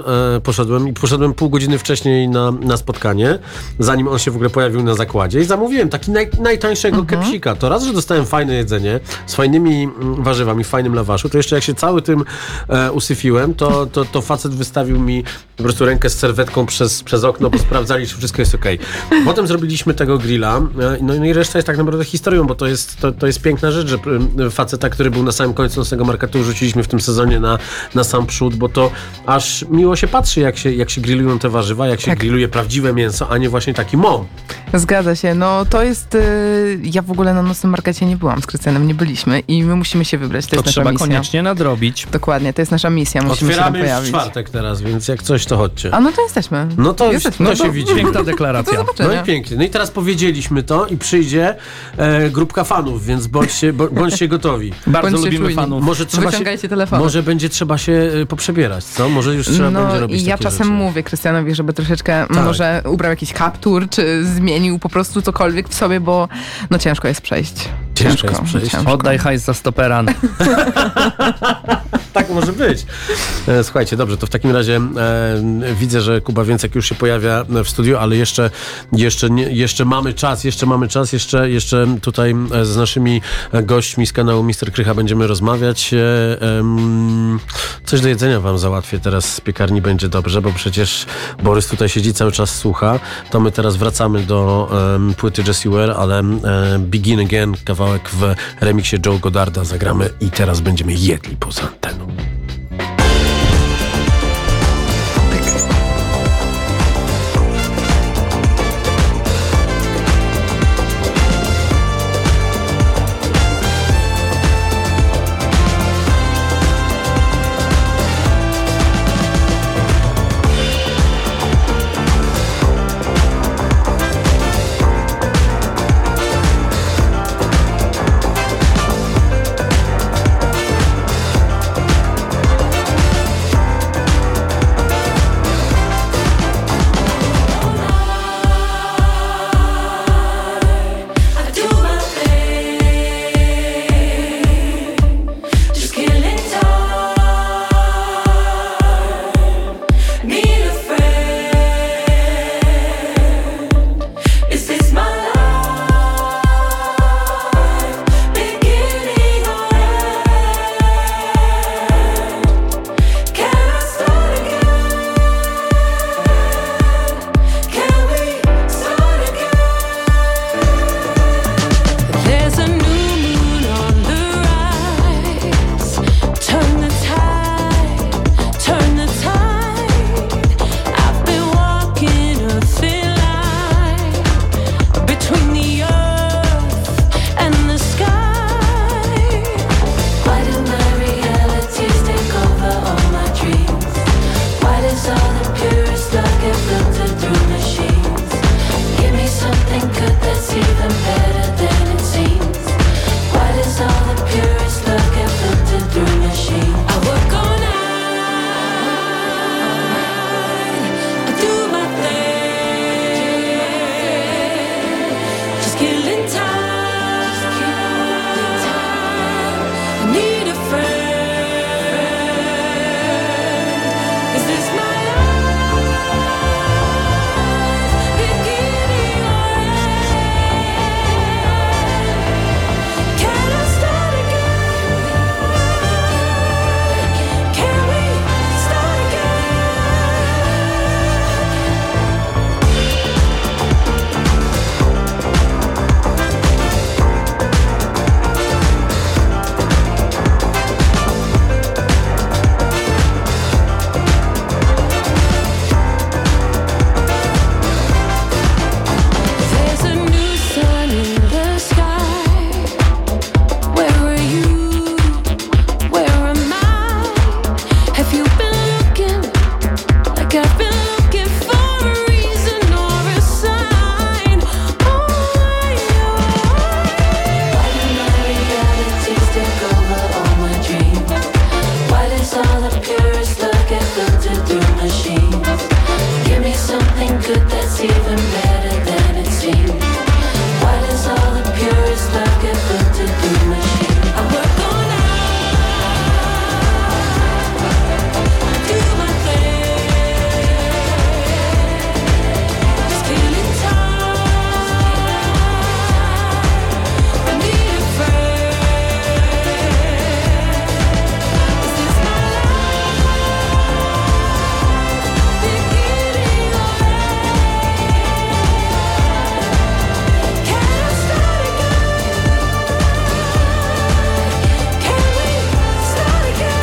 Speaker 2: poszedłem pół godziny wcześniej na spotkanie, zanim on się w ogóle pojawił na zakładzie i zamówiłem taki najtańszego kepsika. To raz, że dostałem fajne jedzenie z fajnymi warzywami, w fajnym lawaszu, to jeszcze jak się cały tym usyfiłem, to facet wystawił mi po prostu rękę z serwetką przez okno, bo sprawdzali, czy wszystko jest okej. Potem zrobiliśmy tego grilla, no i reszta jest tak naprawdę historią, bo to jest piękna rzecz, że faceta, który był na samym końcu nocnego marketu, rzuciliśmy w tym sezonie na sam przód, bo to aż miło się patrzy, jak się grillują te warzywa, jak się grilluje prawdziwe mięso, a nie właśnie taki mom.
Speaker 4: Zgadza się. No to jest... ja w ogóle na nocnym markecie nie byłam, z Krystianem nie byliśmy i my musimy się wybrać. To jest nasza
Speaker 3: trzeba
Speaker 4: misja.
Speaker 3: koniecznie nadrobić.
Speaker 4: Dokładnie, to jest nasza misja. Musimy
Speaker 2: Otwieramy
Speaker 4: się
Speaker 2: już
Speaker 4: tam
Speaker 2: w
Speaker 4: pojawić.
Speaker 2: czwartek teraz, więc jak coś, to chodźcie.
Speaker 4: A no to jesteśmy.
Speaker 2: No to
Speaker 4: Jesteśmy.
Speaker 2: się widzi.
Speaker 3: Piękna deklaracja.
Speaker 4: Do zobaczenia.
Speaker 2: No i pięknie. No i teraz powiedzieliśmy to i przyjdzie grupka fanów, więc bądźcie gotowi.
Speaker 3: Bardzo
Speaker 4: Bądźcie
Speaker 3: lubimy
Speaker 4: czujni.
Speaker 3: fanów.
Speaker 2: Może trzeba
Speaker 4: Wyciągajcie telefony.
Speaker 2: Może będzie trzeba się poprzebierać, co? Może już trzeba
Speaker 4: No
Speaker 2: będzie robić
Speaker 4: i ja
Speaker 2: takie
Speaker 4: czasem
Speaker 2: rzeczy.
Speaker 4: mówię Krystianowi, żeby troszeczkę może ubrał jakiś kaptur, czy zmienił po prostu cokolwiek w sobie, bo no ciężko jest przejść.
Speaker 2: Ciężko jest przejść.
Speaker 3: Oddaj hajs za stoperan.
Speaker 2: Tak może być. Słuchajcie, dobrze, to w takim razie widzę, że Kuba Więcek już się pojawia w studiu, ale jeszcze mamy czas, jeszcze tutaj z naszymi gośćmi z kanału Mister Krycha będziemy rozmawiać. Coś do jedzenia wam załatwię teraz z piekarni, będzie dobrze, bo przecież Borys tutaj siedzi, cały czas słucha. To my teraz wracamy do płyty Jessie Ware, ale Begin Again, kawałek w remiksie Joe Goddarda zagramy i teraz będziemy jedli poza anteną.
Speaker 6: it's even better than it seems. Why does all the purest love get built to do machine? I work all night, I do my thing, just killing time. I need a friend. Is this my life beginning already? Can I start again? Can we start again?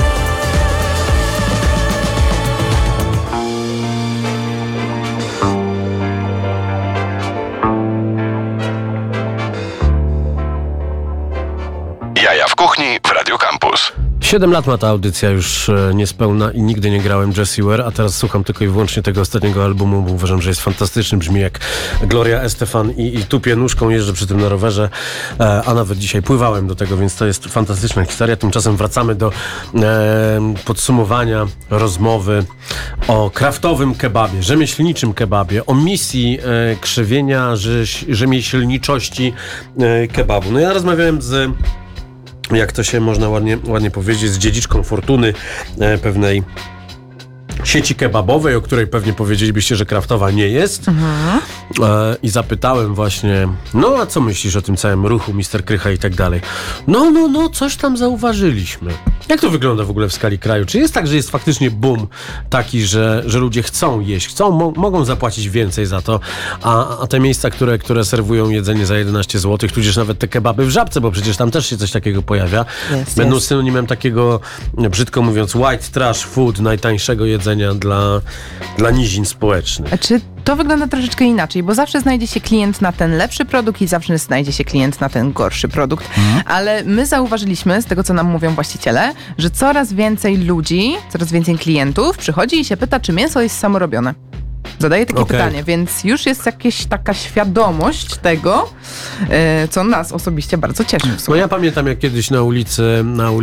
Speaker 1: Jaja w kuchni w Radio Campus.
Speaker 2: 7 lat ma ta audycja już niespełna i nigdy nie grałem Jessie Ware, a teraz słucham tylko i wyłącznie tego ostatniego albumu, bo uważam, że jest fantastyczny, brzmi jak Gloria Estefan i tupię nóżką, jeżdżę przy tym na rowerze, a nawet dzisiaj pływałem do tego, więc to jest fantastyczna historia. Tymczasem wracamy do podsumowania rozmowy o kraftowym kebabie, rzemieślniczym kebabie, o misji krzywienia rzemieślniczości kebabu. No ja rozmawiałem z, jak to się można ładnie powiedzieć, z dziedziczką fortuny pewnej sieci kebabowej, o której pewnie powiedzielibyście, że kraftowa nie jest. I zapytałem właśnie, no a co myślisz o tym całym ruchu Mr. Krycha i tak dalej? No, coś tam zauważyliśmy. Jak to wygląda w ogóle w skali kraju? Czy jest tak, że jest faktycznie boom taki, że ludzie chcą jeść, mogą zapłacić więcej za to, a te miejsca, które serwują jedzenie za 11 zł, tudzież nawet te kebaby w Żabce, bo przecież tam też się coś takiego pojawia, będą synonimem takiego, brzydko mówiąc, white trash food, najtańszego jedzenia dla nizin społecznych.
Speaker 4: Czy to wygląda troszeczkę inaczej, bo zawsze znajdzie się klient na ten lepszy produkt i zawsze znajdzie się klient na ten gorszy produkt. Ale my zauważyliśmy, z tego co nam mówią właściciele, że coraz więcej ludzi, coraz więcej klientów przychodzi i się pyta, czy mięso jest samorobione. Zadaję takie pytanie, więc już jest jakaś taka świadomość tego, co nas osobiście bardzo cieszy.
Speaker 2: No ja pamiętam, jak kiedyś na ulicy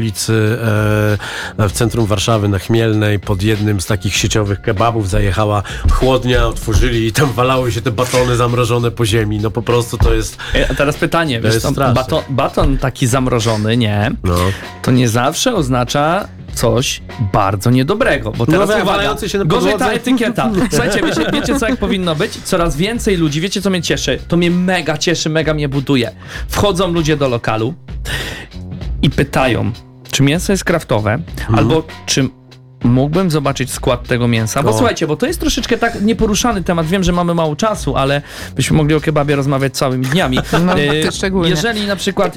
Speaker 2: w centrum Warszawy, na Chmielnej, pod jednym z takich sieciowych kebabów zajechała chłodnia, otworzyli i tam walały się te batony zamrożone po ziemi. No po prostu to jest...
Speaker 3: A teraz pytanie, wiesz, baton taki zamrożony, nie?
Speaker 2: No.
Speaker 3: To nie zawsze oznacza coś bardzo niedobrego, bo teraz
Speaker 2: walający się na
Speaker 3: gorzej
Speaker 2: podłodze.
Speaker 3: ta etykieta. Słuchajcie, wiecie co jak powinno być? Coraz więcej ludzi, wiecie co mnie cieszy? To mnie mega cieszy, mega mnie buduje. Wchodzą ludzie do lokalu i pytają, czy mięso jest kraftowe, albo czy mógłbym zobaczyć skład tego mięsa, bo słuchajcie, bo to jest troszeczkę tak nieporuszany temat, wiem, że mamy mało czasu, ale byśmy mogli o kebabie rozmawiać całymi dniami.
Speaker 4: No, ty szczególnie.
Speaker 3: Jeżeli na przykład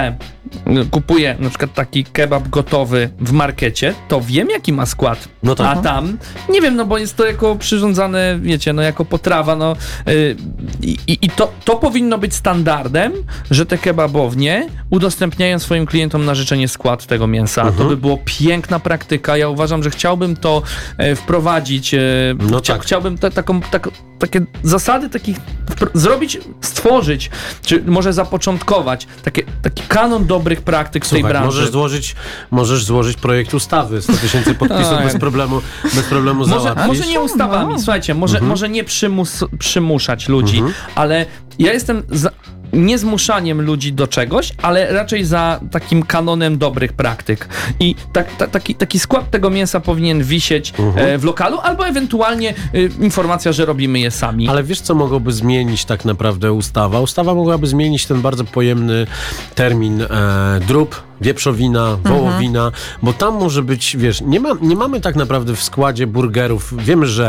Speaker 3: kupuję na przykład taki kebab gotowy w markecie, to wiem, jaki ma skład,
Speaker 2: no tak.
Speaker 3: A tam nie wiem, no bo jest to jako przyrządzane, wiecie, no jako potrawa, no i to powinno być standardem, że te kebabownie udostępniają swoim klientom na życzenie skład tego mięsa. To by było piękna praktyka, ja uważam, że chciałbym to wprowadzić, chciałbym takie zasady stworzyć, czy może zapoczątkować taki kanon dobrych praktyk w tej branży.
Speaker 2: Możesz złożyć projekt ustawy, 100 000 podpisów bez problemu załatwić.
Speaker 3: Może nie ustawami, słuchajcie, może nie przymuszać ludzi, ale ja jestem nie zmuszaniem ludzi do czegoś, ale raczej za takim kanonem dobrych praktyk. I taki skład tego mięsa powinien wisieć w lokalu, albo ewentualnie informacja, że robimy je sami.
Speaker 2: Ale wiesz, co mogłoby zmienić tak naprawdę ustawa? Ustawa mogłaby zmienić ten bardzo pojemny termin drób, wieprzowina, wołowina, bo tam może być, wiesz, nie mamy tak naprawdę w składzie burgerów. Wiemy, że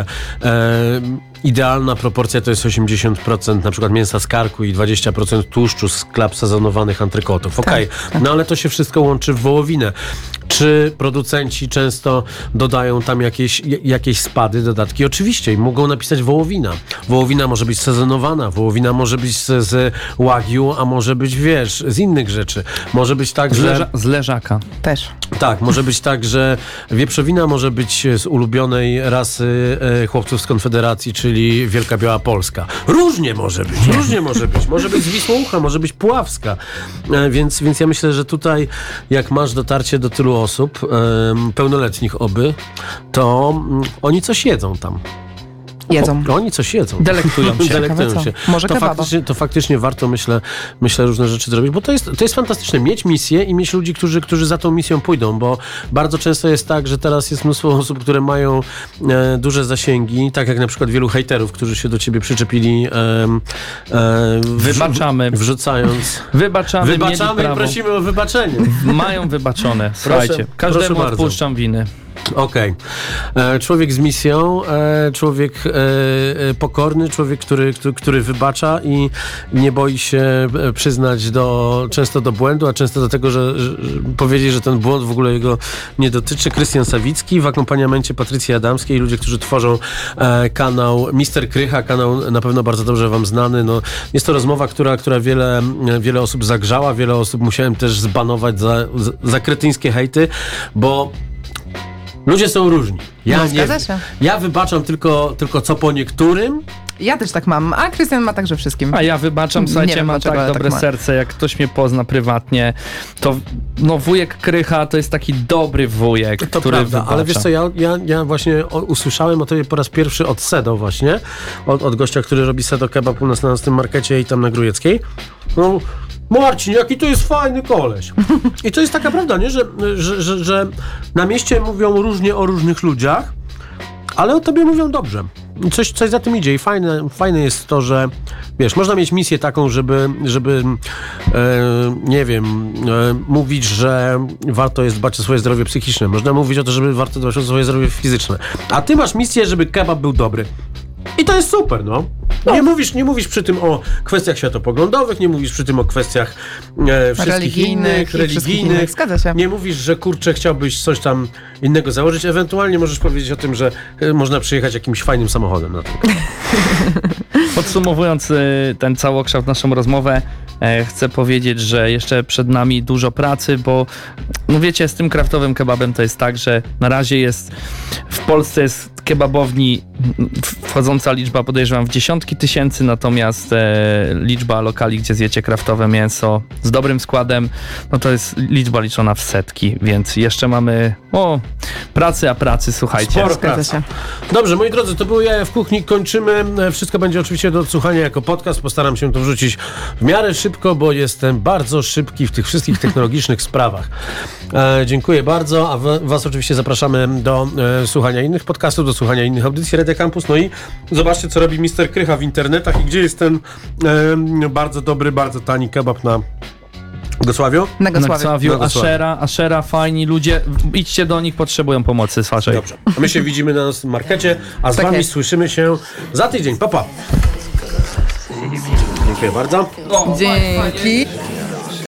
Speaker 2: idealna proporcja to jest 80% na przykład mięsa z karku i 20% tłuszczu z klap sezonowanych antrykotów. Okej, no ale to się wszystko łączy w wołowinę. Czy producenci często dodają tam jakieś spady, dodatki? Oczywiście i mogą napisać wołowina. Wołowina może być sezonowana, wołowina może być z wagyu, a może być, wiesz, z innych rzeczy. Może być tak, że...
Speaker 3: Z leżaka.
Speaker 4: Też.
Speaker 2: Tak, może być tak, że wieprzowina może być z ulubionej rasy chłopców z Konfederacji, czyli Wielka Biała Polska. Różnie może być. Może być z Wisłoucha, może być puławska. Więc ja myślę, że tutaj jak masz dotarcie do tylu osób, pełnoletnich oby, to oni coś jedzą tam.
Speaker 4: Jedzą.
Speaker 2: Oni coś jedzą.
Speaker 3: Delektują się.
Speaker 2: Delektują
Speaker 4: Ciekawe
Speaker 2: się.
Speaker 4: co? Może
Speaker 2: To
Speaker 4: kebaba.
Speaker 2: faktycznie warto, myślę, różne rzeczy zrobić, bo to jest fantastyczne. Mieć misję i mieć ludzi, którzy za tą misją pójdą, bo bardzo często jest tak, że teraz jest mnóstwo osób, które mają duże zasięgi, tak jak na przykład wielu hejterów, którzy się do ciebie przyczepili
Speaker 3: Wybaczamy.
Speaker 2: wrzucając...
Speaker 3: Wybaczamy, mieli
Speaker 2: Wybaczamy i
Speaker 3: prawo.
Speaker 2: prosimy o wybaczenie.
Speaker 3: Mają wybaczone. Słuchajcie, każdemu
Speaker 2: proszę bardzo.
Speaker 3: odpuszczam winy.
Speaker 2: Okej. Człowiek z misją, człowiek pokorny, człowiek, który wybacza i nie boi się przyznać często do błędu, a często do tego, że powiedzieć, że ten błąd w ogóle jego nie dotyczy. Krystian Sawicki w akompaniamencie Patrycji Adamskiej, ludzie, którzy tworzą kanał Mister Krycha, kanał na pewno bardzo dobrze wam znany. No, jest to rozmowa, która wiele osób zagrzała, wiele osób musiałem też zbanować za kretyńskie hejty, bo ludzie są różni.
Speaker 4: Zgadza się.
Speaker 2: Ja wybaczam tylko co po niektórym.
Speaker 4: Ja też tak mam, a Krystian ma także wszystkim.
Speaker 3: A ja wybaczam,
Speaker 4: Nie
Speaker 3: słuchajcie,
Speaker 4: wiem,
Speaker 3: mam
Speaker 4: dlaczego,
Speaker 3: tak
Speaker 4: ale
Speaker 3: dobre
Speaker 4: tak ma.
Speaker 3: serce, jak ktoś mnie pozna prywatnie, to wujek Krycha to jest taki dobry wujek,
Speaker 2: To
Speaker 3: który
Speaker 2: prawda,
Speaker 3: wybacza.
Speaker 2: ale wiesz co, ja właśnie usłyszałem o tobie po raz pierwszy od Sedo właśnie, od gościa, który robi Sedo Kebab u nas na tym markecie i tam na Grujeckiej. No, Marcin, jaki to jest fajny koleś. I to jest taka prawda, nie? Że na mieście mówią różnie o różnych ludziach, ale o tobie mówią dobrze. Coś za tym idzie i fajne jest to, że wiesz, można mieć misję taką, żeby nie wiem, mówić, że warto jest dbać o swoje zdrowie psychiczne. Można mówić o to, żeby warto dbać o swoje zdrowie fizyczne. A ty masz misję, żeby kebab był dobry. I to jest super, no. Nie mówisz przy tym o kwestiach światopoglądowych, nie mówisz przy tym o kwestiach wszystkich innych, religijnych.
Speaker 4: Zgadza się.
Speaker 2: Nie mówisz, że kurczę, chciałbyś coś tam innego założyć. Ewentualnie możesz powiedzieć o tym, że można przyjechać jakimś fajnym samochodem na to.
Speaker 3: Podsumowując ten całokształt, naszą rozmowę, chcę powiedzieć, że jeszcze przed nami dużo pracy, bo no wiecie, z tym kraftowym kebabem to jest tak, że na razie w Polsce jest kebabowni wchodząca liczba, podejrzewam, w dziesiątki tysięcy, natomiast liczba lokali, gdzie zjecie kraftowe mięso z dobrym składem, no to jest liczba liczona w setki, więc jeszcze mamy pracy, słuchajcie.
Speaker 2: Sporo
Speaker 4: Zgadza
Speaker 2: pracy.
Speaker 4: się.
Speaker 2: Dobrze, moi drodzy, to były Jaja w Kuchni. Kończymy. Wszystko będzie oczywiście do odsłuchania jako podcast. Postaram się to wrzucić w miarę szybko, bo jestem bardzo szybki w tych wszystkich technologicznych sprawach. Dziękuję bardzo, a was oczywiście zapraszamy do słuchania innych podcastów, do słuchania innych audycji Radia Campus. No i zobaczcie, co robi Mister Krycha w internetach i gdzie jest ten bardzo dobry, bardzo tani kebab na Gosławiu?
Speaker 4: Na
Speaker 3: Na
Speaker 4: Gosławiu.
Speaker 3: Gosławiu, Ashera, fajni ludzie, idźcie do nich, potrzebują pomocy z waszej.
Speaker 2: Dobrze. A my się widzimy na naszym markecie, a z
Speaker 4: Tak
Speaker 2: wami
Speaker 4: jest.
Speaker 2: słyszymy się za tydzień. Pa, pa. Dziękuję bardzo.
Speaker 4: Dzięki.